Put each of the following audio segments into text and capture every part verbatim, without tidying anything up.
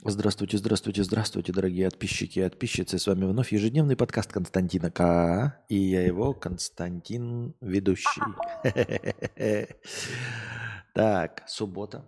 Здравствуйте, здравствуйте, здравствуйте, дорогие подписчики и подписчицы. С вами вновь ежедневный подкаст Константина К. И я его, Константин, ведущий. Так, суббота.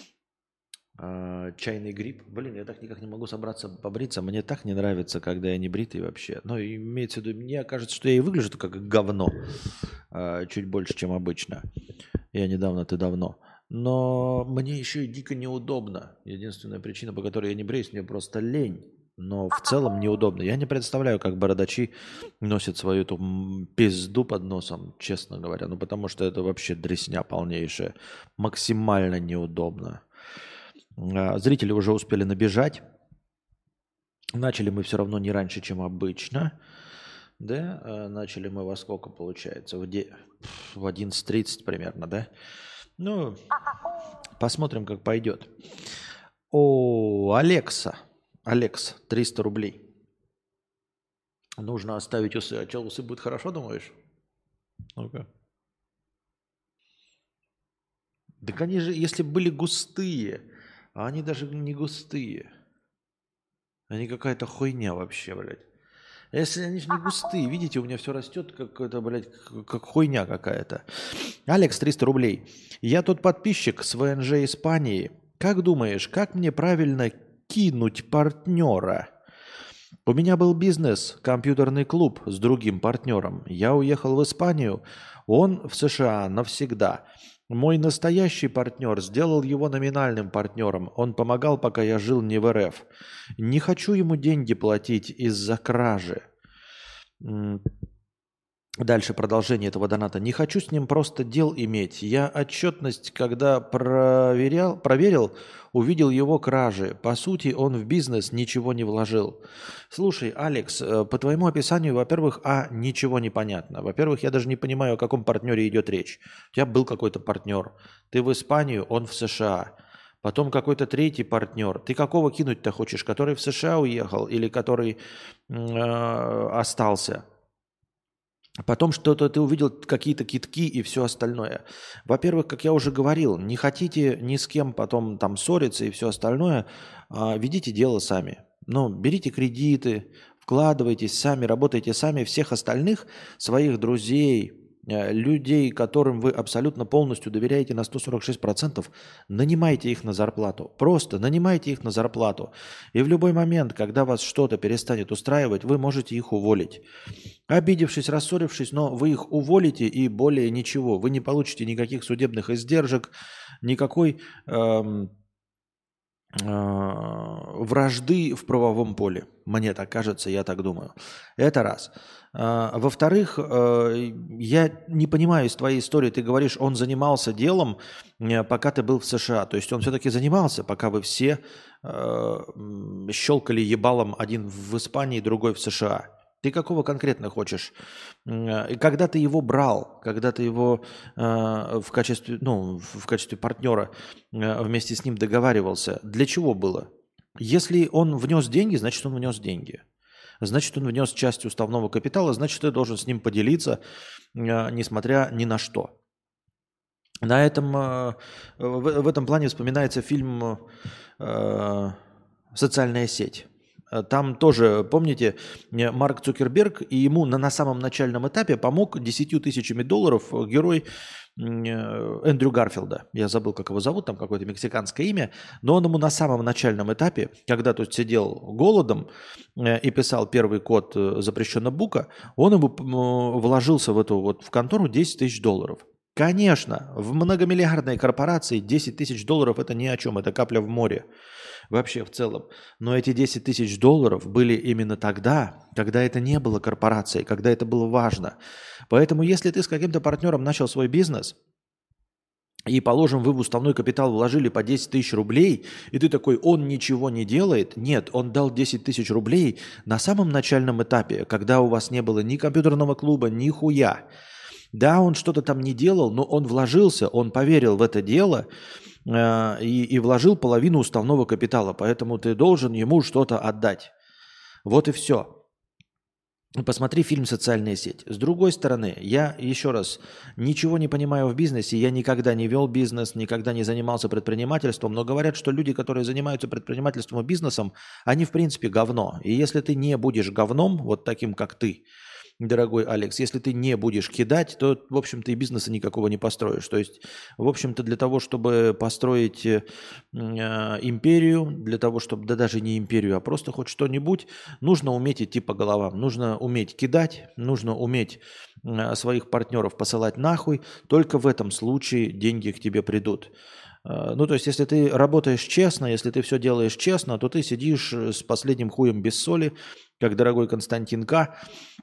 А, Чайный гриб. Блин, я так никак не могу собраться побриться. Мне так не нравится, когда я не бритый вообще. Но имеется в виду, мне кажется, что я и выгляжу как говно. а, Чуть больше, чем обычно. Я недавно, ты давно. Но мне еще и дико неудобно. Единственная причина, по которой я не бреюсь, мне просто лень. Но в целом неудобно. Я не представляю, как бородачи носят свою эту м, пизду под носом, честно говоря. Ну, потому что это вообще дресня полнейшая. Максимально неудобно. А, Зрители уже успели набежать. Начали мы все равно не раньше, чем обычно. Да, А, начали мы во сколько получается? В, де... в одиннадцать тридцать примерно, да? Ну, посмотрим, как пойдет. О, Алекса. Алекс, триста рублей. Нужно оставить усы. А что, усы будет хорошо, думаешь? Ну-ка. Так они же, если бы были густые, а они даже не густые. Они какая-то хуйня вообще, блядь. Если они же не густые, видите, у меня все растет, как это, блядь, как, как хуйня какая-то. Алекс, триста рублей. Я тот подписчик с вэ эн жэ Испании. Как думаешь, как мне правильно кинуть партнера? У меня был бизнес, компьютерный клуб с другим партнером. Я уехал в Испанию, он в эс ша а навсегда. Мой настоящий партнер сделал его номинальным партнером. Он помогал, пока я жил не в эр эф. Не хочу ему деньги платить из-за кражи. М, Дальше продолжение этого доната. Не хочу с ним просто дел иметь. Я отчетность, когда проверял, проверил, увидел его кражи. По сути, он в бизнес ничего не вложил. Слушай, Алекс, э, по твоему описанию, во-первых, а, ничего не понятно. Во-первых, я даже не понимаю, о каком партнере идет речь. У тебя был какой-то партнер. Ты в Испанию, он в эс ша а. Потом какой-то третий партнер. Ты какого кинуть-то хочешь? Который в эс ша а уехал или который м, э, остался? Потом что-то ты увидел, какие-то китки и все остальное. Во-первых, как я уже говорил, не хотите ни с кем потом там ссориться и все остальное, а, ведите дело сами. Ну, берите кредиты, вкладывайтесь сами, работайте сами. Всех остальных, своих друзей, э, людей, которым вы абсолютно полностью доверяете на сто сорок шесть процентов, нанимайте их на зарплату. Просто нанимайте их на зарплату. И в любой момент, когда вас что-то перестанет устраивать, вы можете их уволить. Обидевшись, рассорившись, но вы их уволите и более ничего. Вы не получите никаких судебных издержек, никакой эм, э, вражды в правовом поле. Мне так кажется, я так думаю. Это раз. А, Во-вторых, э, я не понимаю из твоей истории, ты говоришь, он занимался делом, э, пока ты был в эс ша а. То есть он все-таки занимался, пока вы все э, м, щелкали ебалом, один в Испании, другой в эс ша а. Ты какого конкретно хочешь? М, э, И когда ты его брал, когда ты его э, в качестве, ну, в в качестве партнера э, вместе с ним договаривался, для чего было? Если он внес деньги, значит, он внес деньги. Значит, он внес часть уставного капитала, значит, ты должен с ним поделиться, э, несмотря ни на что. На этом, э, в, в этом плане вспоминается фильм э, «Социальная сеть». Э, Там тоже, помните, э, Марк Цукерберг, и ему на, на самом начальном этапе помог десятью тысячами долларов э, герой м, э, Эндрю Гарфилда. Я забыл, как его зовут, там какое-то мексиканское имя, но он ему на самом начальном этапе, когда тот сидел голодом э, и писал первый код э, запрещенного бука, он ему м, вложился в эту вот в контору десять тысяч долларов. Конечно, в многомиллиардной корпорации десять тысяч долларов это ни о чем, это капля в море вообще в целом. Но эти десять тысяч долларов были именно тогда, когда это не было корпорацией, когда это было важно. Поэтому если ты с каким-то партнером начал свой бизнес, и, положим, вы в уставной капитал вложили по десять тысяч рублей, и ты такой, он ничего не делает. Нет, он дал десять тысяч рублей на самом начальном этапе, когда у вас не было ни компьютерного клуба, ни хуя. Да, он что-то там не делал, но он вложился, он поверил в это дело э, и, и вложил половину уставного капитала, поэтому ты должен ему что-то отдать. Вот и все. Посмотри фильм «Социальная сеть». С другой стороны, я еще раз ничего не понимаю в бизнесе, я никогда не вел бизнес, никогда не занимался предпринимательством, но говорят, что люди, которые занимаются предпринимательством и бизнесом, они в принципе говно. И если ты не будешь говном, вот таким как ты, дорогой Алекс, если ты не будешь кидать, то, в общем-то, и бизнеса никакого не построишь. То есть, в общем-то, для того, чтобы построить э, империю, для того, чтобы, да даже не империю, а просто хоть что-нибудь, нужно уметь идти по головам, нужно уметь кидать, нужно уметь э, своих партнеров посылать нахуй. Только в этом случае деньги к тебе придут. Э, Ну, то есть, если ты работаешь честно, если ты все делаешь честно, то ты сидишь с последним хуем без соли, как дорогой Константин К.,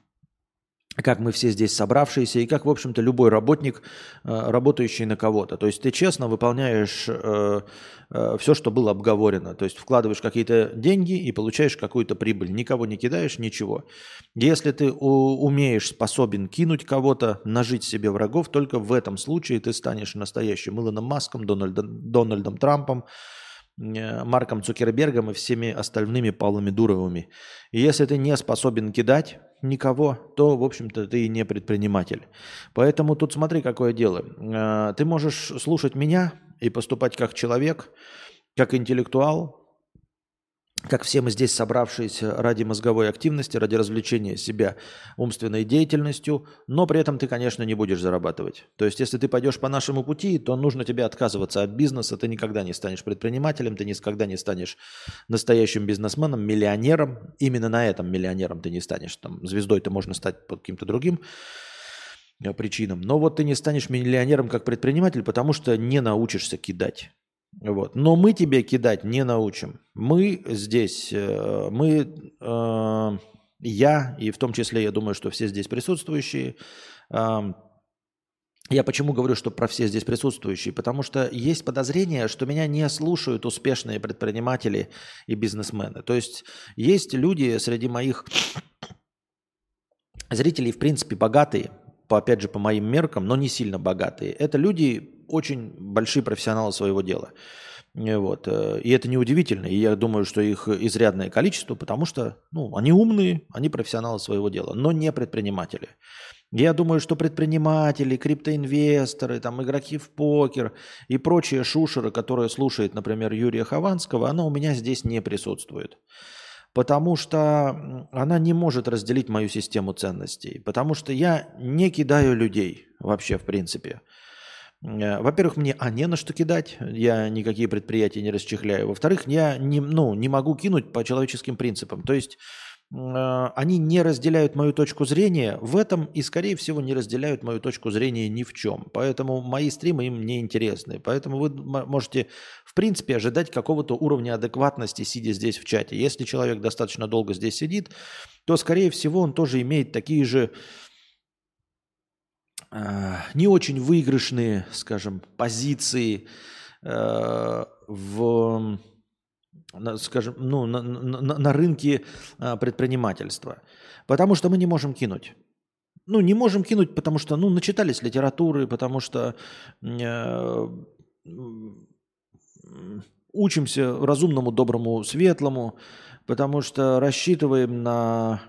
как мы все здесь собравшиеся, и как, в общем-то, любой работник, э, работающий на кого-то. То есть ты честно выполняешь э, э, все, что было обговорено. То есть вкладываешь какие-то деньги и получаешь какую-то прибыль. Никого не кидаешь, ничего. Если ты у- умеешь, способен кинуть кого-то, нажить себе врагов, только в этом случае ты станешь настоящим Илоном Маском, Дональдом, Дональдом Трампом, э, Марком Цукербергом и всеми остальными Павлами Дуровыми. И если ты не способен кидать никого, то, в общем-то, ты и не предприниматель. Поэтому тут смотри, какое дело. Э, Ты можешь слушать меня и поступать как человек, как интеллектуал, как все мы здесь собравшиеся ради мозговой активности, ради развлечения себя умственной деятельностью, но при этом ты, конечно, не будешь зарабатывать. То есть, если ты пойдешь по нашему пути, то нужно тебе отказываться от бизнеса, ты никогда не станешь предпринимателем, ты никогда не станешь настоящим бизнесменом, миллионером. Именно на этом миллионером ты не станешь. Там, звездой-то можно стать по каким-то другим э, причинам. Но вот ты не станешь миллионером как предприниматель, потому что не научишься кидать. Вот. Но мы тебе кидать не научим. Мы здесь, э, мы, э, я, и в том числе, я думаю, что все здесь присутствующие, э, я почему говорю, что про все здесь присутствующие? Потому что есть подозрение, что меня не слушают успешные предприниматели и бизнесмены. То есть есть люди среди моих зрителей, в принципе, богатые, по, опять же, по моим меркам, но не сильно богатые. Это люди очень большие профессионалы своего дела. Э, Вот. э, И это неудивительно. И я думаю, что их изрядное количество, потому что ну, они умные, они профессионалы своего дела, но не предприниматели. Я думаю, что предприниматели, криптоинвесторы, там, игроки в покер и прочие шушеры, которые слушает, например, Юрия Хованского, она у меня здесь не присутствует. Потому что м, она не может разделить мою систему ценностей. Потому что я не кидаю людей вообще в принципе. Э, Во-первых, мне а не на что кидать, я никакие предприятия не расчехляю. Во-вторых, я не, ну, не могу кинуть по человеческим принципам. То есть э, они не разделяют мою точку зрения в этом и, скорее всего, не разделяют мою точку зрения ни в чем. Поэтому мои стримы им не интересны. Поэтому вы м- можете, в принципе, ожидать какого-то уровня адекватности, сидя здесь в чате. Если человек достаточно долго здесь сидит, то, скорее всего, он тоже имеет такие же э, не очень выигрышные, скажем, позиции э, в, на, скажем, ну, на, на- на- на рынке э, предпринимательства. Потому что мы не можем кинуть. Ну, не можем кинуть, потому что, ну, начитались литературы, потому что э, м, учимся разумному, доброму, светлому, потому что рассчитываем на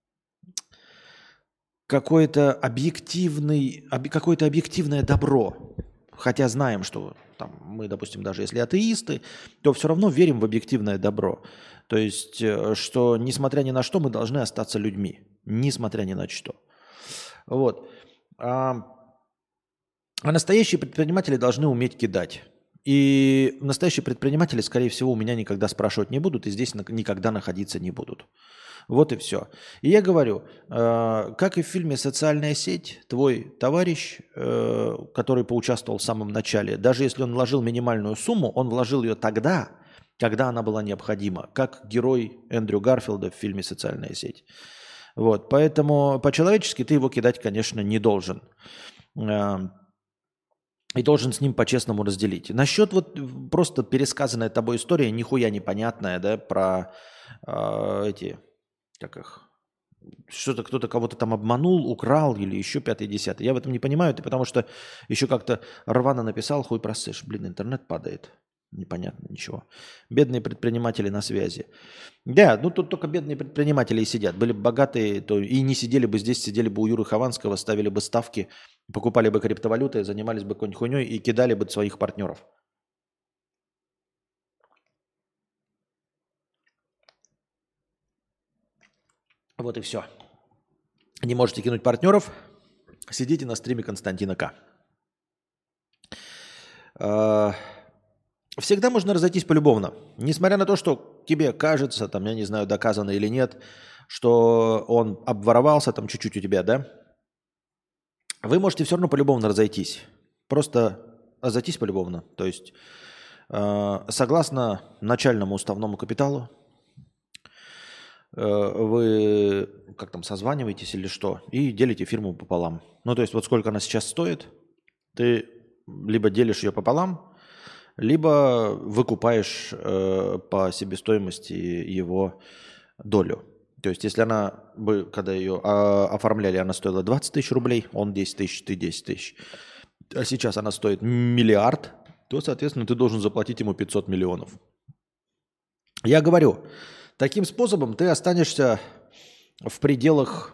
какой-то объективный, объ- какое-то объективное добро. Хотя знаем, что там, мы, допустим, даже если атеисты, то все равно верим в объективное добро. То есть, э, что несмотря ни на что, мы должны остаться людьми. Несмотря ни на что. Вот. А, а настоящие предприниматели должны уметь кидать. И настоящие предприниматели, скорее всего, у меня никогда спрашивать не будут и здесь на- никогда находиться не будут. Вот и все. И я говорю, э, как и в фильме «Социальная сеть», твой товарищ, э, который поучаствовал в самом начале, даже если он вложил минимальную сумму, он вложил ее тогда, когда она была необходима, как герой Эндрю Гарфилда в фильме «Социальная сеть». Вот, поэтому по-человечески ты его кидать, конечно, не должен. Э, И должен с ним по-честному разделить. Насчет вот в- просто пересказанная тобой история, нихуя непонятная, да, про э, эти, как их, что-то кто-то кого-то там обманул, украл или еще пятый, десятый. Я в этом не понимаю, ты потому что еще как-то рвано написал, хуй просышь. Блин, интернет падает. Непонятно ничего. Бедные предприниматели на связи. Да, ну тут только бедные предприниматели и сидят. Были бы богатые, то и не сидели бы здесь, сидели бы у Юры Хованского, ставили бы ставки, покупали бы криптовалюты, занимались бы какой-нибудь хуйней и кидали бы своих партнеров. Вот и все. Не можете кинуть партнеров, сидите на стриме Константина К. А, Всегда можно разойтись полюбовно. Несмотря на то, что тебе кажется, там, я не знаю, доказано или нет, что он обворовался там чуть-чуть у тебя, да? Вы можете все равно полюбовно разойтись. Просто разойтись полюбовно. То есть э, согласно начальному уставному капиталу э, вы как там созваниваетесь или что и делите фирму пополам. Ну то есть вот сколько она сейчас стоит, ты либо делишь ее пополам, либо выкупаешь э, по себестоимости его долю. То есть, если она бы, когда ее а, оформляли, она стоила двадцать тысяч рублей, он десять тысяч, ты десять тысяч, а сейчас она стоит миллиард, то, соответственно, ты должен заплатить ему пятьсот миллионов. Я говорю, таким способом ты останешься в пределах,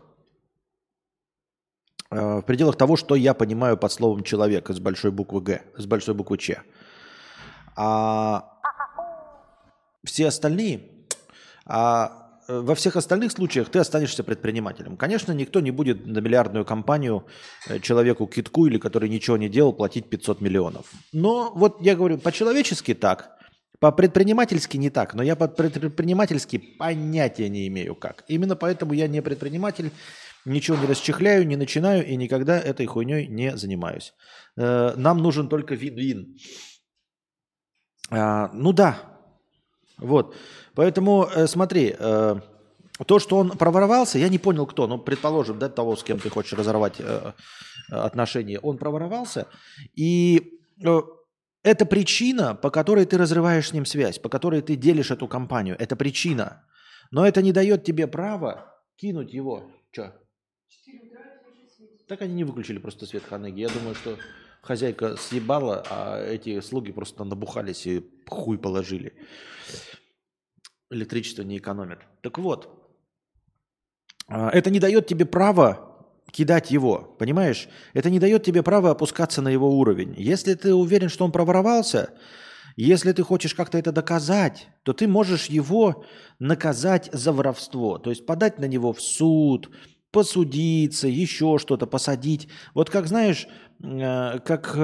э, в пределах того, что я понимаю под словом «человек» с большой буквы «Г», с большой буквы «Ч». А все остальные, а во всех остальных случаях ты останешься предпринимателем. Конечно, никто не будет на миллиардную компанию человеку китку или который ничего не делал платить пятьсот миллионов. Но вот я говорю, по-человечески так, по-предпринимательски не так, но я по-предпринимательски понятия не имею как. Именно поэтому я не предприниматель, ничего не расчехляю, не начинаю и никогда этой хуйней не занимаюсь. Нам нужен только вин-вин. А, ну да, вот. Поэтому э, смотри, э, то, что он проворовался, я не понял кто, ну, предположим, да, того, с кем ты хочешь разорвать э, отношения, он проворовался, и э, это причина, по которой ты разрываешь с ним связь, по которой ты делишь эту компанию, это причина. Но это не дает тебе права кинуть его. Че? Так они не выключили просто свет, ханыги. Я думаю, что хозяйка съебала, а эти слуги просто набухались и хуй положили. Электричество не экономят. Так вот, это не дает тебе права кидать его, понимаешь? Это не дает тебе права опускаться на его уровень. Если ты уверен, что он проворовался, если ты хочешь как-то это доказать, то ты можешь его наказать за воровство. То есть подать на него в суд, посудиться, еще что-то, посадить. Вот как, знаешь, как,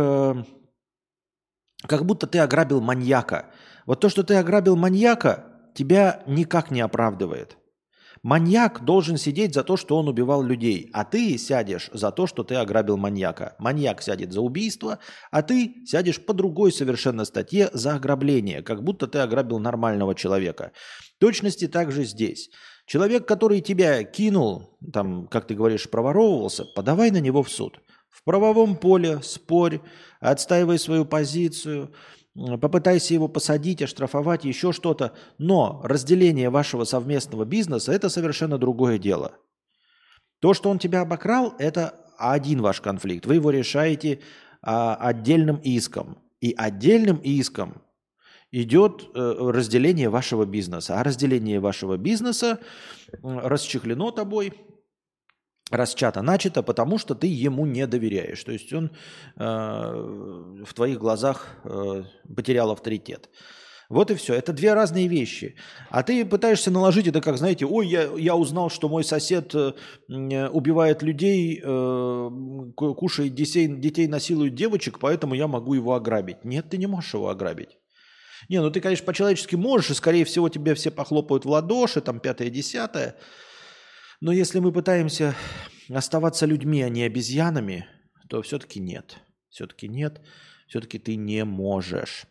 как будто ты ограбил маньяка. Вот то, что ты ограбил маньяка, тебя никак не оправдывает. Маньяк должен сидеть за то, что он убивал людей, а ты сядешь за то, что ты ограбил маньяка. Маньяк сядет за убийство, а ты сядешь по другой совершенно статье за ограбление, как будто ты ограбил нормального человека. В точности так же здесь. Человек, который тебя кинул, там, как ты говоришь, проворовывался, подавай на него в суд. В правовом поле спорь, отстаивай свою позицию, попытайся его посадить, оштрафовать, еще что-то. Но разделение вашего совместного бизнеса – это совершенно другое дело. То, что он тебя обокрал, это один ваш конфликт. Вы его решаете а, отдельным иском. И отдельным иском идет э, разделение вашего бизнеса. А разделение вашего бизнеса э, расчехлено тобой, расчато начато, потому что ты ему не доверяешь. То есть он э, в твоих глазах э, потерял авторитет. Вот и все. Это две разные вещи. А ты пытаешься наложить это, как, знаете, ой, я, я узнал, что мой сосед э, убивает людей, э, кушает детей, детей, насилует девочек, поэтому я могу его ограбить. Нет, ты не можешь его ограбить. Не, ну ты, конечно, по-человечески можешь, и, скорее всего, тебе все похлопают в ладоши, там, пятое-десятое. Но если мы пытаемся оставаться людьми, а не обезьянами, то все-таки нет. Все-таки нет. Все-таки ты не можешь.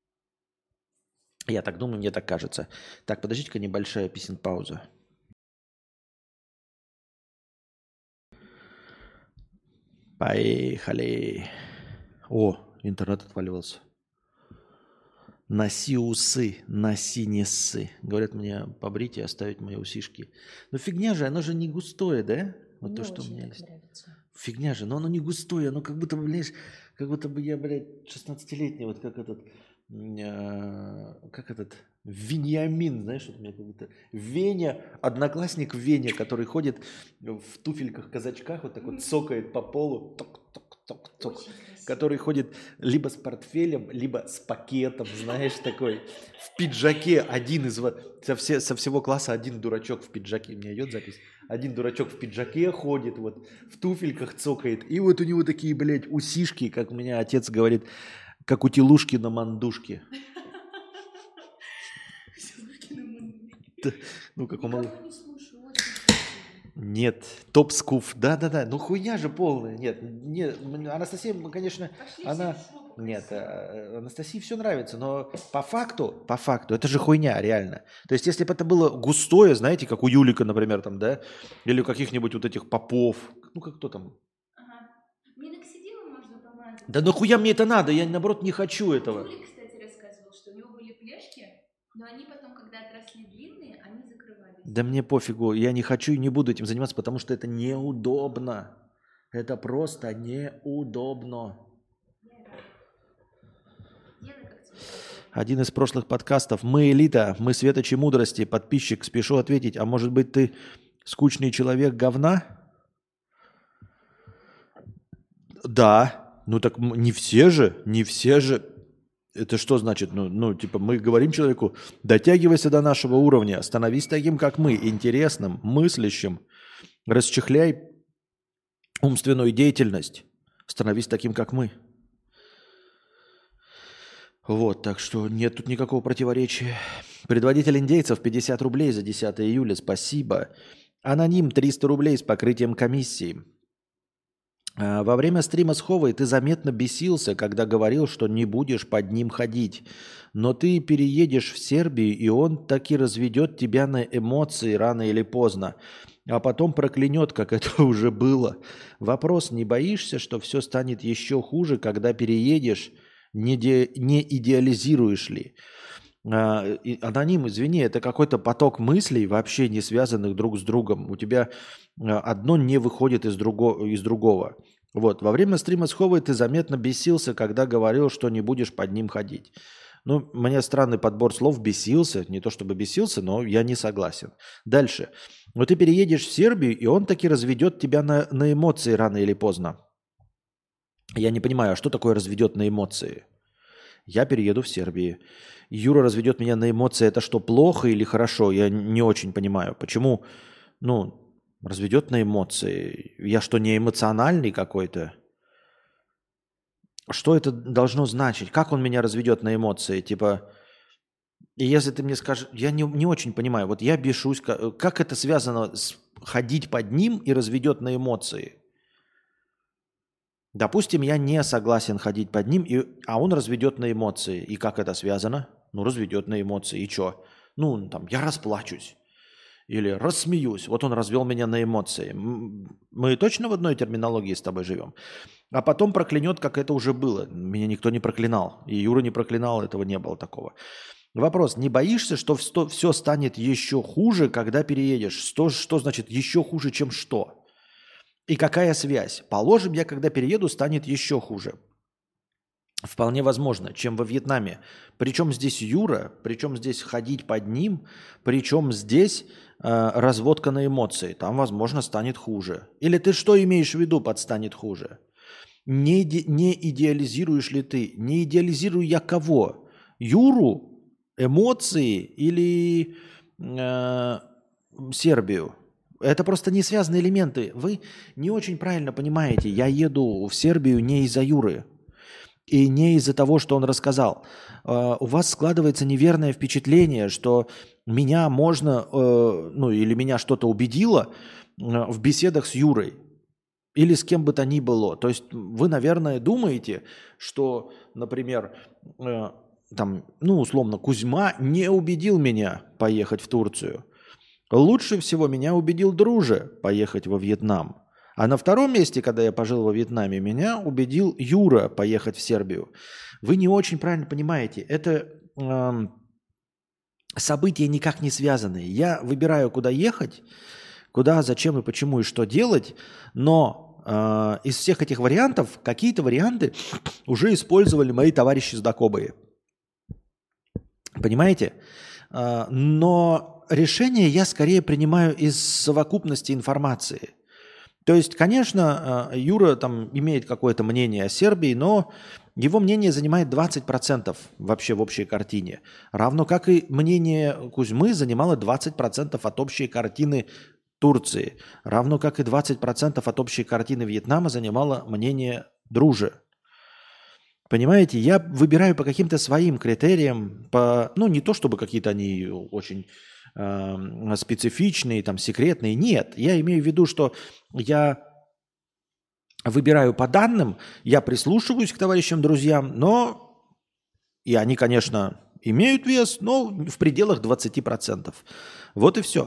Я так думаю, мне так кажется. Так, подождите-ка, небольшая писин-пауза. Поехали. О, интернет отваливался. Носи усы, носи не ссы. Говорят мне побрить и оставить мои усишки. Ну фигня же, оно же не густое, да? Вот мне то, что у меня есть. Нравится. Фигня же, но оно не густое, оно как будто, блядь, как будто бы я, блядь, шестнадцатилетний, вот как этот э, как этот, Вениамин, знаешь, вот у меня как будто Веня, одноклассник Веня, который ходит в туфельках-казачках, вот так вот цокает по полу, ток-ток-ток-ток, который ходит либо с портфелем, либо с пакетом, знаешь, такой, в пиджаке, один из, во- со, все, со всего класса один дурачок в пиджаке, у меня идет запись, один дурачок в пиджаке ходит, вот, в туфельках цокает, и вот у него такие, блядь, усишки, как у меня отец говорит, как у телушки на мандушке. Т- Ну, как у мал- Никого не слушаю, очень красиво. Нет, топ-скуф. Да-да-да, ну хуйня же полная. Нет, нет, м, Анастасия, м, конечно, Пошли она... все в жопу, Нет, красиво. э, Анастасии все нравится, но по факту, по факту, это же хуйня, реально. То есть, если бы это было густое, знаете, как у Юлика, например, там, да, или у каких-нибудь вот этих попов, ну, как кто там. Ага. Миноксидилом можно помазать. Да нахуя мне это надо? Я, наоборот, не хочу этого. Юлик, кстати, рассказывал, что у него были плешки, но они потом, когда отросли длинные, они закрывались. Да мне пофигу, я не хочу и не буду этим заниматься, потому что это неудобно. Это просто неудобно. Я рада. Делай, как тебе комфортно. Один из прошлых подкастов. Мы элита, мы светочи мудрости. Подписчик, спешу ответить. А может быть ты скучный человек говна? Да. Ну так м- не все же, не все же. Это что значит? Ну, ну, типа мы говорим человеку, дотягивайся до нашего уровня, становись таким, как мы, интересным, мыслящим, расчехляй умственную деятельность, становись таким, как мы. Вот, так что нет тут никакого противоречия. Предводитель индейцев пятьдесят рублей за десятое июля, спасибо. Аноним триста рублей с покрытием комиссии. А, Во время стрима с Ховой ты заметно бесился, когда говорил, что не будешь под ним ходить. Но ты переедешь в Сербию, и он таки разведет тебя на эмоции рано или поздно. А потом проклянет, как это уже было. Вопрос, не боишься, что все станет еще хуже, когда переедешь? Не, де- не идеализируешь ли? А, и- Аноним, извини, это какой-то поток мыслей, вообще не связанных друг с другом. У тебя а, одно не выходит из, друго, из другого. Вот, во время стрима с Ховой ты заметно бесился, когда говорил, что не будешь под ним ходить. Ну, мне странный подбор слов «бесился». Не то чтобы бесился, но я не согласен. Дальше. Но ты переедешь в Сербию, и он таки разведет тебя на, на эмоции рано или поздно. Я не понимаю, а что такое разведет на эмоции? Я перееду в Сербию. Юра разведет меня на эмоции. Это что, плохо или хорошо? Я не очень понимаю. Почему, ну, разведет на эмоции? Я что, не эмоциональный какой-то? Что это должно значить? Как он меня разведет на эмоции? Типа, и если ты мне скажешь, я не, не очень понимаю. Вот я бешусь, ка- как это связано с ходить под ним и разведет на эмоции? Допустим, я не согласен ходить под ним, и, а он разведет на эмоции. И как это связано? Ну, разведет на эмоции. И что? Ну, там, я расплачусь. Или рассмеюсь. Вот он развел меня на эмоции. М, Мы точно в одной терминологии с тобой живем? А потом проклянет, как это уже было. Меня никто не проклинал. И Юра не проклинал, этого не было такого. Вопрос. Не боишься, что все станет еще хуже, когда переедешь? Что, что значит еще хуже, чем что? И какая связь? Положим, я когда перееду, станет еще хуже. Вполне возможно, чем во Вьетнаме. Причем здесь Юра, причем здесь ходить под ним, причем здесь э, разводка на эмоции. Там, возможно, станет хуже. Или ты что имеешь в виду под станет хуже? Не, иде- не идеализируешь ли ты? Не идеализирую я кого? Юру? Эмоции? Или э, Сербию? Это просто не связанные элементы. Вы не очень правильно понимаете. Я еду в Сербию не из-за Юры. И не из-за того, что он рассказал. Э, У вас складывается неверное впечатление, что меня можно, э, ну или меня что-то убедило э, в беседах с Юрой. Или с кем бы то ни было. То есть вы, наверное, думаете, что, например, э, там, ну, условно, Кузьма не убедил меня поехать в Турцию. Лучше всего меня убедил Друже поехать во Вьетнам. А на втором месте, когда я пожил во Вьетнаме, меня убедил Юра поехать в Сербию. Вы не очень правильно понимаете. Это эм, события никак не связанные. Я выбираю, куда ехать, куда, зачем и почему и что делать, но э, из всех этих вариантов какие-то варианты уже использовали мои товарищи знакомые. Понимаете? А, Но решение я скорее принимаю из совокупности информации. То есть, конечно, а, Юра там имеет какое-то мнение о Сербии, но его мнение занимает двадцать процентов вообще в общей картине. Равно как и мнение Кузьмы занимало двадцать процентов от общей картины Турции. Равно как и двадцать процентов от общей картины Вьетнама занимало мнение Дружи. Понимаете, я выбираю по каким-то своим критериям, по, ну не то чтобы какие-то они очень э, специфичные, там секретные, нет. Я имею в виду, что я выбираю по данным, я прислушиваюсь к товарищам, друзьям, но и они, конечно, имеют вес, но в пределах двадцати процентов. Вот и все.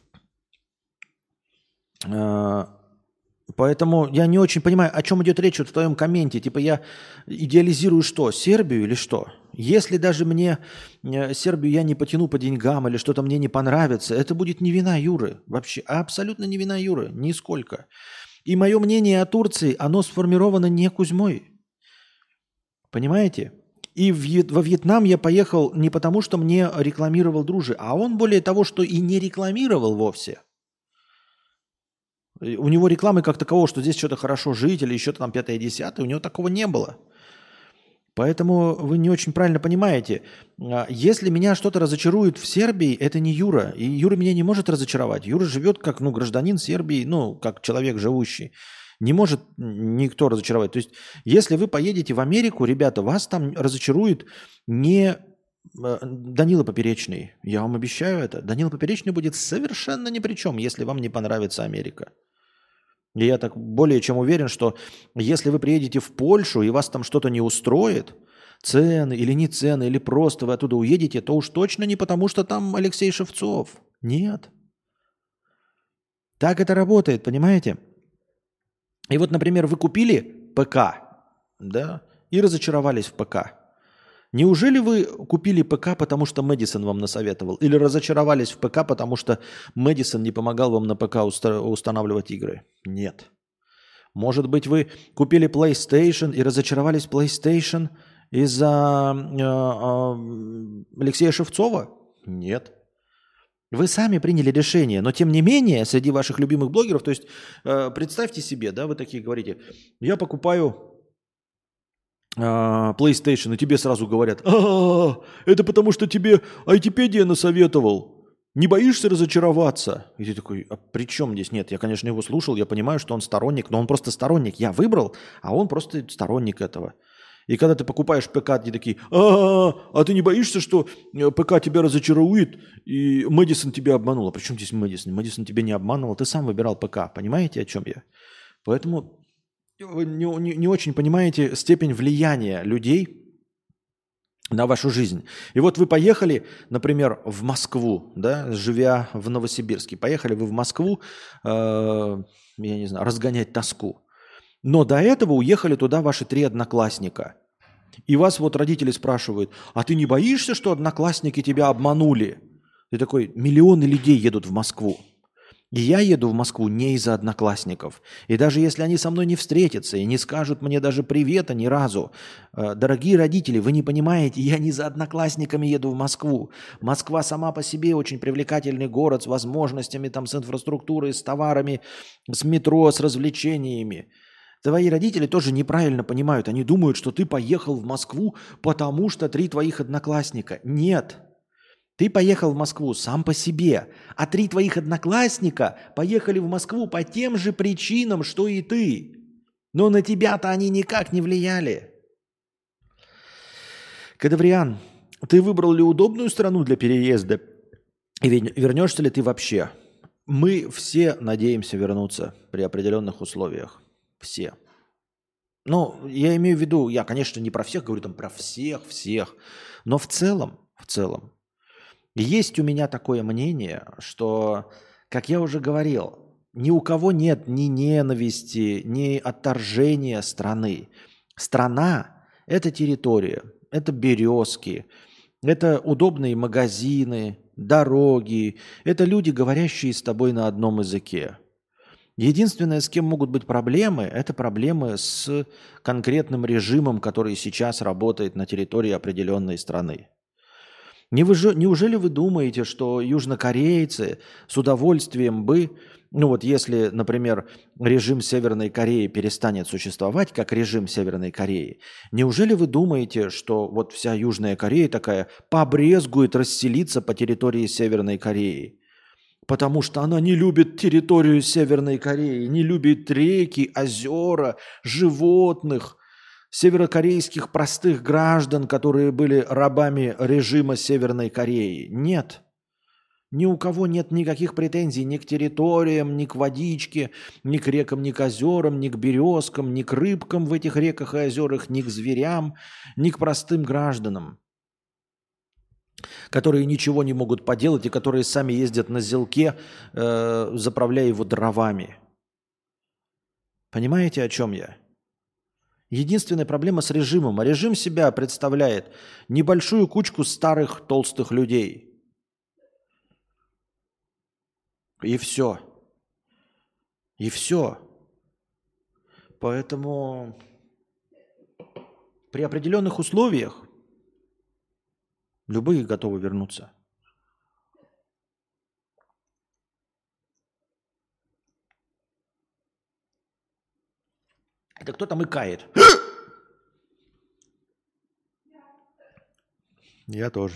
Поэтому я не очень понимаю, о чем идет речь вот в твоем комменте. Типа я идеализирую что, Сербию или что? Если даже мне э, Сербию я не потяну по деньгам или что-то мне не понравится, это будет не вина Юры. Вообще абсолютно не вина Юры, нисколько. И мое мнение о Турции, оно сформировано не Кузьмой. Понимаете? И в, Вьет- во Вьетнам я поехал не потому, что мне рекламировал Дружи, а он более того, что и не рекламировал вовсе. У него рекламы как такового, что здесь что-то хорошо жить или еще там пятое-десятое, у него такого не было. Поэтому вы не очень правильно понимаете. А, Если меня что-то разочарует в Сербии, это не Юра. И Юра меня не может разочаровать. Юра живет как ну, гражданин Сербии, ну, как человек живущий. Не может никто разочаровать. То есть, если вы поедете в Америку, ребята, вас там разочарует не э, Данила Поперечный. Я вам обещаю это. Данила Поперечный будет совершенно ни при чем, если вам не понравится Америка. И я так более чем уверен, что если вы приедете в Польшу и вас там что-то не устроит, цены или не цены, или просто вы оттуда уедете, то уж точно не потому, что там Алексей Шевцов. Нет. Так это работает, понимаете? И вот, например, вы купили ПК, да, и разочаровались в ПК. Неужели вы купили ПК, потому что Мэдисон вам насоветовал? Или разочаровались в ПК, потому что Мэдисон не помогал вам на ПК уста- устанавливать игры? Нет. Может быть, вы купили PlayStation и разочаровались в PlayStation из-за э, э, Алексея Шевцова? Нет. Вы сами приняли решение, но тем не менее, среди ваших любимых блогеров, то есть э, представьте себе, да, вы такие говорите, я покупаю а, PlayStation, и тебе сразу говорят, а, это потому что тебе Айтипедия насоветовал. Не боишься разочароваться? И ты такой, а при чем здесь? Нет, я, конечно, его слушал, я понимаю, что он сторонник, но он просто сторонник. Я выбрал, а он просто сторонник этого. И когда ты покупаешь ПК, они такие, а, а ты не боишься, что э, ПК тебя разочарует, и Мэдисон тебя обманула? При чем здесь Мэдисон? Мэдисон тебя не обманывал, ты сам выбирал ПК. Понимаете, о чем я? Поэтому вы не, не- не очень понимаете степень влияния людей на вашу жизнь. И вот вы поехали, например, в Москву, да, живя в Новосибирске. Поехали вы в Москву, э, я не знаю, разгонять тоску. Но до этого уехали туда ваши три одноклассника. И вас вот родители спрашивают, а ты не боишься, что одноклассники тебя обманули? Ты такой, миллионы людей едут в Москву. И я еду в Москву не из-за одноклассников. И даже если они со мной не встретятся и не скажут мне даже привета ни разу, э, дорогие родители, вы не понимаете, я не за одноклассниками еду в Москву. Москва сама по себе очень привлекательный город с возможностями, там, с инфраструктурой, с товарами, с метро, с развлечениями. Твои родители тоже неправильно понимают. Они думают, что ты поехал в Москву, потому что три твоих одноклассника. Нет. Ты поехал в Москву сам по себе, а три твоих одноклассника поехали в Москву по тем же причинам, что и ты. Но на тебя-то они никак не влияли. Кадавриан, ты выбрал ли удобную страну для переезда? И ве- вернешься ли ты вообще? Мы все надеемся вернуться при определенных условиях. Все. Ну, я имею в виду, я, конечно, не про всех говорю, там про всех, всех. Но в целом, в целом, есть у меня такое мнение, что, как я уже говорил, ни у кого нет ни ненависти, ни отторжения страны. Страна– это территория, это березки, это удобные магазины, дороги, это люди, говорящие с тобой на одном языке. Единственное, с кем могут быть проблемы, это проблемы с конкретным режимом, который сейчас работает на территории определенной страны. Не вы же- неужели вы думаете, что южнокорейцы с удовольствием бы, ну вот если, например, режим Северной Кореи перестанет существовать как режим Северной Кореи, неужели вы думаете, что вот вся Южная Корея такая побрезгует расселиться по территории Северной Кореи? Потому что она не любит территорию Северной Кореи, не любит реки, озера, животных, северокорейских простых граждан, которые были рабами режима Северной Кореи. Нет. Ни у кого нет никаких претензий ни к территориям, ни к водичке, ни к рекам, ни к озерам, ни к березкам, ни к рыбкам в этих реках и озерах, ни к зверям, ни к простым гражданам, которые ничего не могут поделать и которые сами ездят на зелке, э, заправляя его дровами. Понимаете, о чем я? Единственная проблема с режимом. А режим себя представляет небольшую кучку старых толстых людей. И все. И все. Поэтому при определенных условиях любые готовы вернуться. Это кто там икает? Я тоже.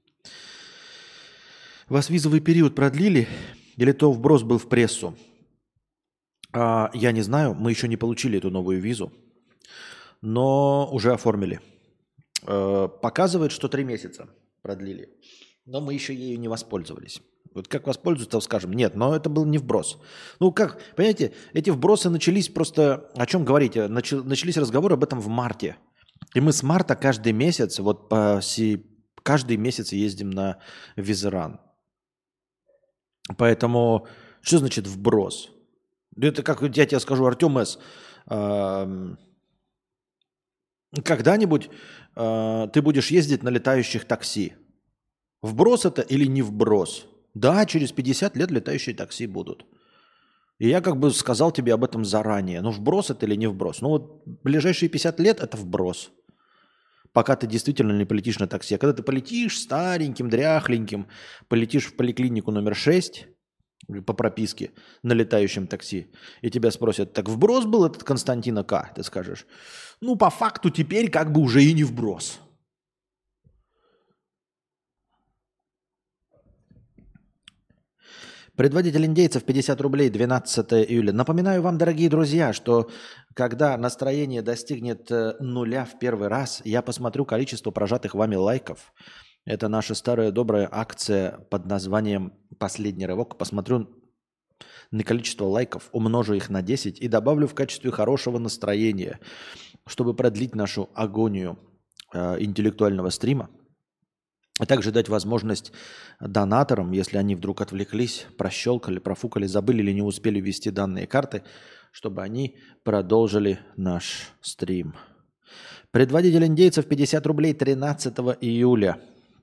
Вас визовый период продлили? Или то вброс был в прессу? А, я не знаю, мы еще не получили эту новую визу, но уже оформили. Э, показывает, что три месяца продлили, но мы еще ею не воспользовались. Вот как воспользоваться, скажем, нет, но это был не вброс. Ну как, понимаете, эти вбросы начались просто, о чем говорите, Нач- начались разговоры об этом в марте. И мы с марта каждый месяц, вот по си- каждый месяц ездим на Визеран. Поэтому, что значит вброс? Это как я тебе скажу, Артем С. эм, Когда-нибудь э, ты будешь ездить на летающих такси. Вброс это или не вброс? Да, через пятьдесят лет летающие такси будут. И я как бы сказал тебе об этом заранее. Ну, вброс это или не вброс? Ну, вот ближайшие пятьдесят лет это вброс. Пока ты действительно не полетишь на такси. А когда ты полетишь стареньким, дряхленьким, полетишь в поликлинику номер шесть по прописке на летающем такси, и тебя спросят, так вброс был этот Константина К? Ты скажешь, ну, по факту теперь как бы уже и не вброс. Предводитель индейцев пятьдесят рублей, двенадцатого июля. Напоминаю вам, дорогие друзья, что когда настроение достигнет э, нуля в первый раз, я посмотрю количество прожатых вами лайков. Это наша старая добрая акция под названием «Последний рывок». Посмотрю на количество лайков, умножу их на десять и добавлю в качестве хорошего настроения, чтобы продлить нашу агонию э, интеллектуального стрима. А также дать возможность донаторам, если они вдруг отвлеклись, прощелкали, профукали, забыли или не успели ввести данные карты, чтобы они продолжили наш стрим. Предводитель индейцев пятьдесят рублей, тринадцатого июля.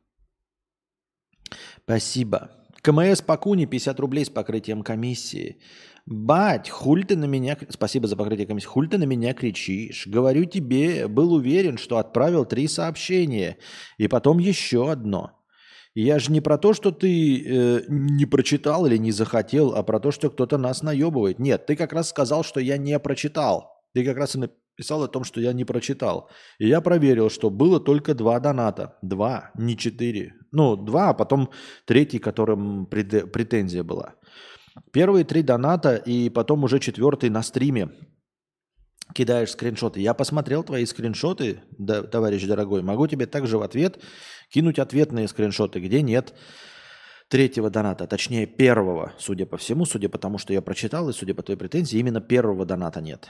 Спасибо. КМС Пакуни пятьдесят рублей с покрытием комиссии. Бать, хуль ты на меня... Спасибо за покрытие комиссии. Хуль ты на меня кричишь. Говорю тебе, был уверен, что отправил три сообщения. И потом еще одно. Я же не про то, что ты э, не прочитал или не захотел, а про то, что кто-то нас наебывает. Нет, ты как раз сказал, что я не прочитал. Ты как раз и написал о том, что я не прочитал. И я проверил, что было только два доната. Два, не четыре. Ну, два, а потом третий, которым пред- претензия была. Первые три доната и потом уже четвертый на стриме кидаешь скриншоты. Я посмотрел твои скриншоты, да, товарищ дорогой. Могу тебе также в ответ кинуть ответные скриншоты, где нет третьего доната. Точнее, первого, судя по всему, судя по тому, что я прочитал, и судя по твоей претензии, именно первого доната нет.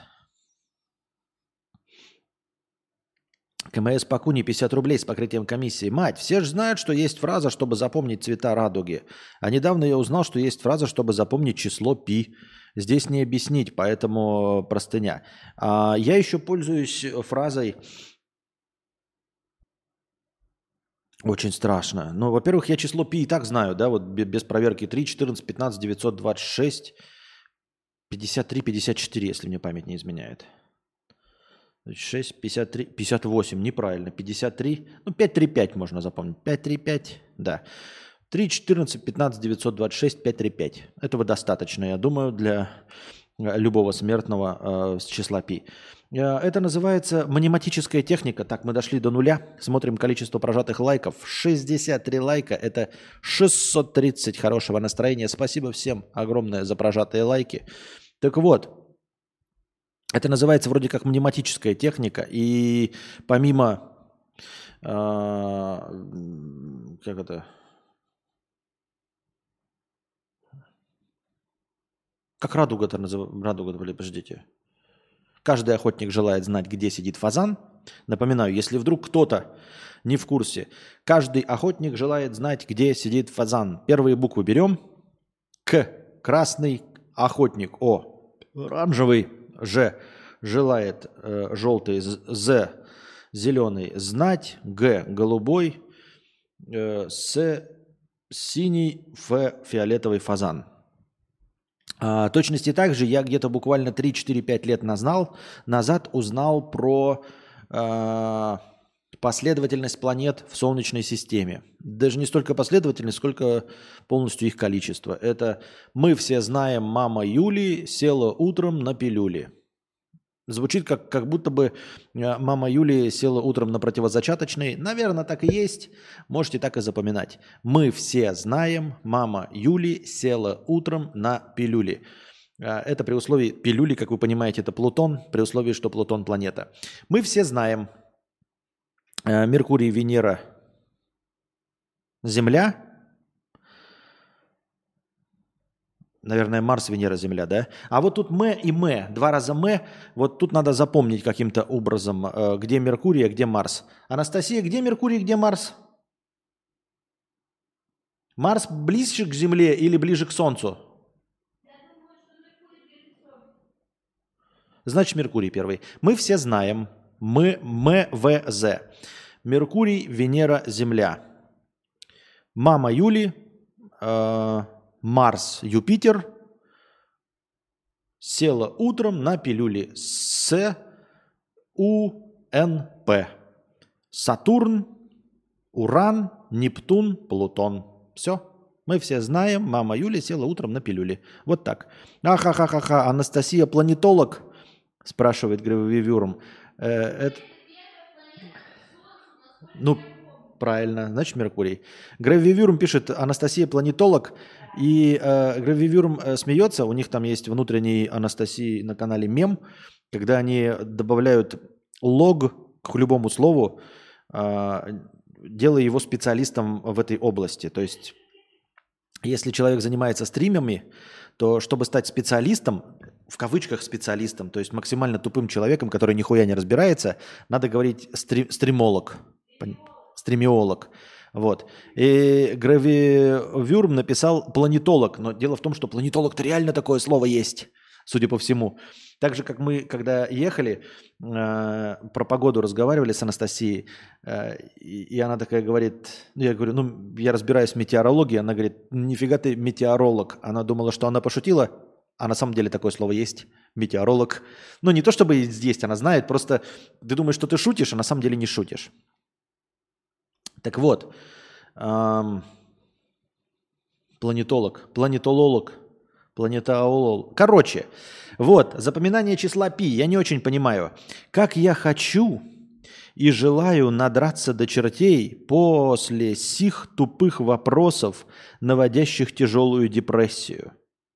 КМС Пакуни пятьдесят рублей с покрытием комиссии. Мать, все же знают, что есть фраза, чтобы запомнить цвета радуги. А недавно я узнал, что есть фраза, чтобы запомнить число пи. Здесь не объяснить, поэтому простыня. А я еще пользуюсь фразой очень страшно. Ну, во-первых, я число пи и так знаю, да, вот без проверки три, четырнадцать, пятнадцать, девятьсот двадцать шесть, пятьдесят три, пятьдесят четыре, если мне память не изменяет. шесть, пятьдесят три, пятьдесят восемь, неправильно, пятьдесят три, ну пятьсот тридцать пять можно запомнить, пятьсот тридцать пять, да. три, четырнадцать, пятнадцать, девятьсот двадцать шесть, пятьсот тридцать пять. Этого достаточно, я думаю, для любого смертного э, с числа пи. Э, это называется маниматическая техника. Так, мы дошли до нуля. Смотрим количество прожатых лайков. шестьдесят три лайка. Это шестьсот тридцать хорошего настроения. Спасибо всем огромное за прожатые лайки. Так вот, это называется вроде как маниматическая техника. И помимо... Э, как это... Как радуга-то называется? Радуга, подождите. Каждый охотник желает знать, где сидит фазан. Напоминаю, если вдруг кто-то не в курсе, каждый охотник желает знать, где сидит фазан. Первые буквы берем. К. Красный охотник. О. Оранжевый. Ж. Желает э, желтый. З. Зеленый. Знать. Г. Голубой. Э, с. Синий. Ф. Фиолетовый фазан. А, точности также я где-то буквально три-четыре-пять лет назнал, назад узнал про а, последовательность планет в Солнечной системе. Даже не столько последовательность, сколько полностью их количество. Это мы все знаем, мама Юли села утром на пилюли. Звучит как, как будто бы мама Юли села утром на противозачаточный. Наверное, так и есть. Можете так и запоминать. Мы все знаем, мама Юли села утром на пилюли. Это при условии, пилюли, как вы понимаете, это Плутон, при условии, что Плутон планета. Мы все знаем, Меркурий, Венера, Земля. Наверное, Марс, Венера, Земля, да? А вот тут М и М, два раза М. Вот тут надо запомнить каким-то образом, где Меркурий, а где Марс. Анастасия, где Меркурий, где Марс? Марс ближе к Земле или ближе к Солнцу? Значит, Меркурий первый. Мы все знаем. Мы, М, В, З. Меркурий, Венера, Земля. Мама Юли... Э- Марс, Юпитер села утром на пилюли С, У, Н, П. Сатурн, Уран, Нептун, Плутон. Все. Мы все знаем, мама Юля села утром на пилюли. Вот так. Ахахахаха, Анастасия планетолог, спрашивает Гравивюрум. Э, это... Ну, правильно, значит Меркурий. Гравивюрум пишет, Анастасия планетолог. И э, Гравивюрум э, смеется, у них там есть внутренний Анастасии на канале мем, когда они добавляют лог к любому слову, э, делая его специалистом в этой области. То есть, если человек занимается стримами, то чтобы стать специалистом, в кавычках специалистом, то есть максимально тупым человеком, который нихуя не разбирается, надо говорить стри- стримолог, стримиолог. Вот. И Гравивюрм написал планетолог, но дело в том, что планетолог-то реально такое слово есть, судя по всему. Так же, как мы, когда ехали, э, про погоду разговаривали с Анастасией, э, и, и она такая говорит, ну, я говорю, ну, я разбираюсь в метеорологии, она говорит, нифига ты метеоролог. Она думала, что она пошутила, а на самом деле такое слово есть, метеоролог. Ну, не то чтобы есть, она знает, просто ты думаешь, что ты шутишь, а на самом деле не шутишь. Так вот, эм, планетолог, планетолог, планетаолог. Короче, вот, запоминание числа пи. Я не очень понимаю. Как я хочу и желаю надраться до чертей после сих тупых вопросов, наводящих тяжелую депрессию.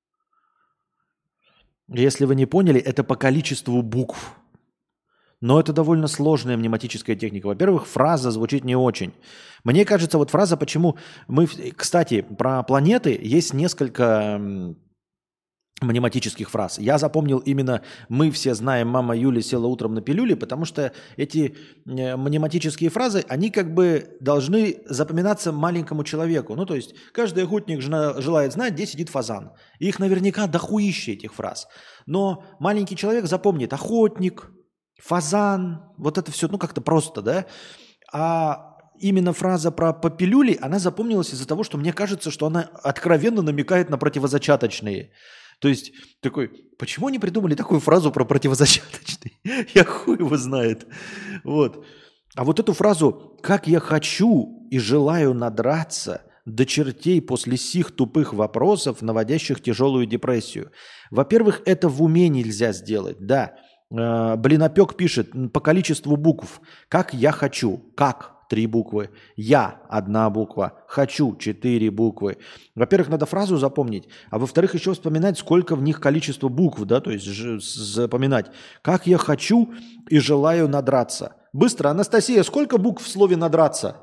Если вы не поняли, это по количеству букв. Но это довольно сложная мнематическая техника. Во-первых, фраза звучит не очень. Мне кажется, вот фраза, почему мы... Кстати, про планеты есть несколько мнематических фраз. Я запомнил именно «мы все знаем, мама Юля села утром на пилюли», потому что эти мнематические фразы, они как бы должны запоминаться маленькому человеку. Ну, то есть каждый охотник желает знать, где сидит фазан. И их наверняка дохуище этих фраз. Но маленький человек запомнит охотник, фазан, вот это все, ну, как-то просто, да? А именно фраза про попилюли, она запомнилась из-за того, что мне кажется, что она откровенно намекает на противозачаточные. То есть такой, почему они придумали такую фразу про противозачаточный? Я хуй его знает. Вот. А вот эту фразу «как я хочу и желаю надраться до чертей после сих тупых вопросов, наводящих тяжелую депрессию». Во-первых, это в уме нельзя сделать, да. Э, Блинопек пишет по количеству букв. «Как я хочу». «Как» три буквы. «Я» одна буква. «Хочу» четыре буквы. Во-первых, надо фразу запомнить, а во-вторых, еще вспоминать, сколько в них количество букв, да, то есть ж- запоминать. «Как я хочу и желаю надраться». Быстро, Анастасия, сколько букв в слове «надраться»?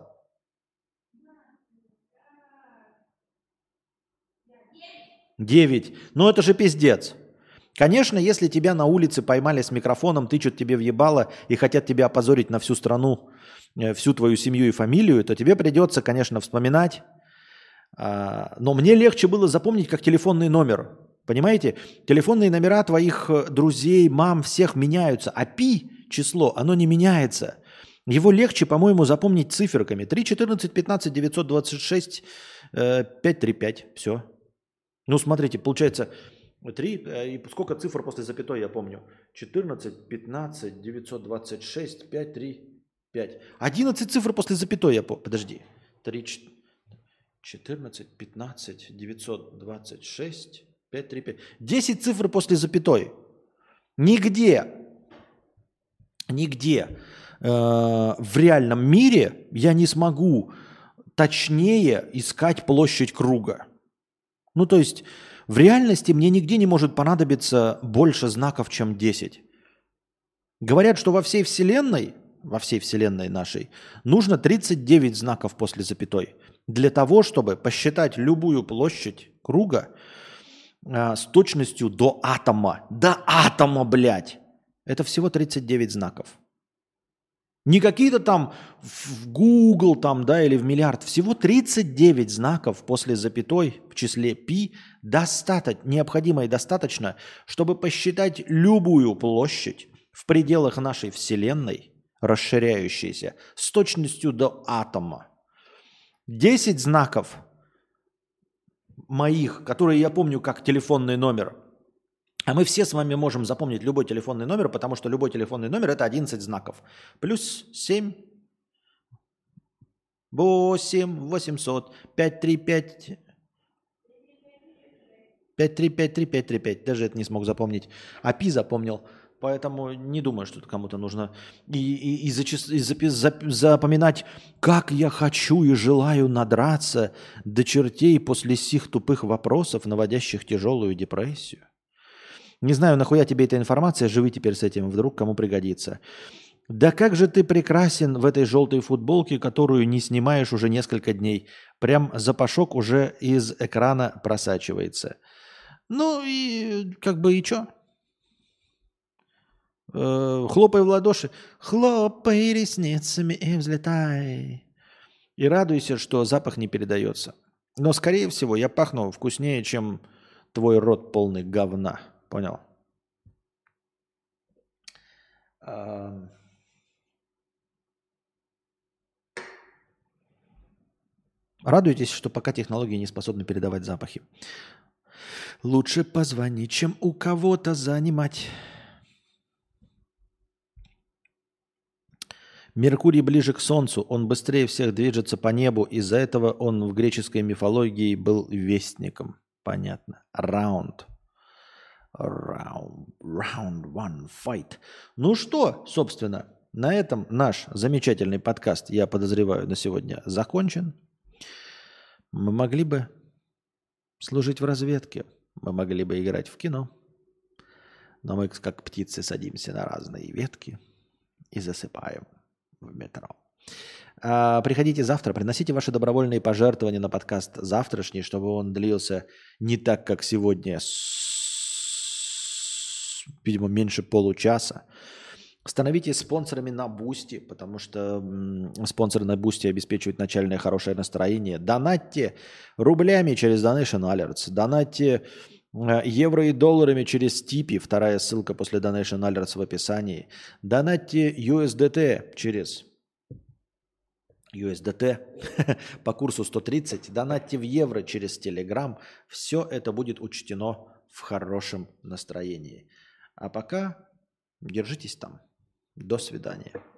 Девять. Ну это же пиздец. Конечно, если тебя на улице поймали с микрофоном, тычут тебе в ебало и хотят тебя опозорить на всю страну, э, всю твою семью и фамилию, то тебе придется, конечно, вспоминать. А, Но мне легче было запомнить как телефонный номер. Понимаете? Телефонные номера твоих э, друзей, мам, всех меняются. А пи, число, оно не меняется. Его легче, по-моему, запомнить циферками. три, четырнадцать, пятнадцать, девятьсот двадцать шесть, э, пять, три, пять. Все. Ну, смотрите, получается три, и сколько цифр после запятой, я помню. четырнадцать, пятнадцать, девятьсот двадцать шесть, пять, три, пять. одиннадцать цифр после запятой, я помню. Подожди. три, четырнадцать, пятнадцать, девятьсот двадцать шесть, пять, три, пять. десять цифр после запятой. Нигде, нигде э, в реальном мире я не смогу точнее искать площадь круга. Ну, то есть в реальности мне нигде не может понадобиться больше знаков, чем десять. Говорят, что во всей Вселенной, во всей Вселенной нашей, нужно тридцать девять знаков после запятой для того, чтобы посчитать любую площадь круга а, с точностью до атома. До атома, блядь! Это всего тридцать девять знаков. Не какие-то там в Google там, да, или в миллиард. Всего тридцать девять знаков после запятой в числе пи достаточно, необходимо и достаточно, чтобы посчитать любую площадь в пределах нашей Вселенной, расширяющейся, с точностью до атома. десять знаков моих, которые я помню как телефонный номер, а мы все с вами можем запомнить любой телефонный номер, потому что любой телефонный номер – это одиннадцать знаков. Плюс семь, восемь, восемьсот, пять, три, пять, пять, три, пять, три, пять, три, пять. Даже это не смог запомнить. А пи запомнил. Поэтому не думаю, что это кому-то нужно и, и, и, зачис, и запи, зап, запоминать, как я хочу и желаю надраться до чертей после сих тупых вопросов, наводящих тяжелую депрессию. Не знаю, нахуя тебе эта информация, живи теперь с этим, вдруг кому пригодится. Да как же ты прекрасен в этой желтой футболке, которую не снимаешь уже несколько дней. Прям запашок уже из экрана просачивается. Ну и как бы и чё? Э, хлопай в ладоши. Хлопай ресницами и взлетай. И радуйся, что запах не передается. Но, скорее всего, я пахну вкуснее, чем твой рот полный говна. Понял? А... Радуйтесь, что пока технологии не способны передавать запахи. Лучше позвонить, чем у кого-то занимать. Меркурий ближе к Солнцу, он быстрее всех движется по небу, из-за этого он в греческой мифологии был вестником. Понятно. Раунд. Round, round one fight. Ну что, собственно, на этом наш замечательный подкаст, я подозреваю, на сегодня закончен. Мы могли бы служить в разведке, мы могли бы играть в кино, но мы, как птицы, садимся на разные ветки и засыпаем в метро. А, приходите завтра, приносите ваши добровольные пожертвования на подкаст завтрашний, чтобы он длился не так, как сегодня, видимо, меньше получаса. Становитесь спонсорами на Бусти, потому что м, спонсоры на Бусти обеспечивают начальное хорошее настроение. Донатьте рублями через Donation Alerts, донатьте э, евро и долларами через Типи, вторая ссылка после Donation Alerts в описании. Донатьте ю эс ди ти через ю эс ди ти по курсу сто тридцать. Донатьте в евро через Telegram. Все это будет учтено в хорошем настроении. А пока держитесь там. До свидания.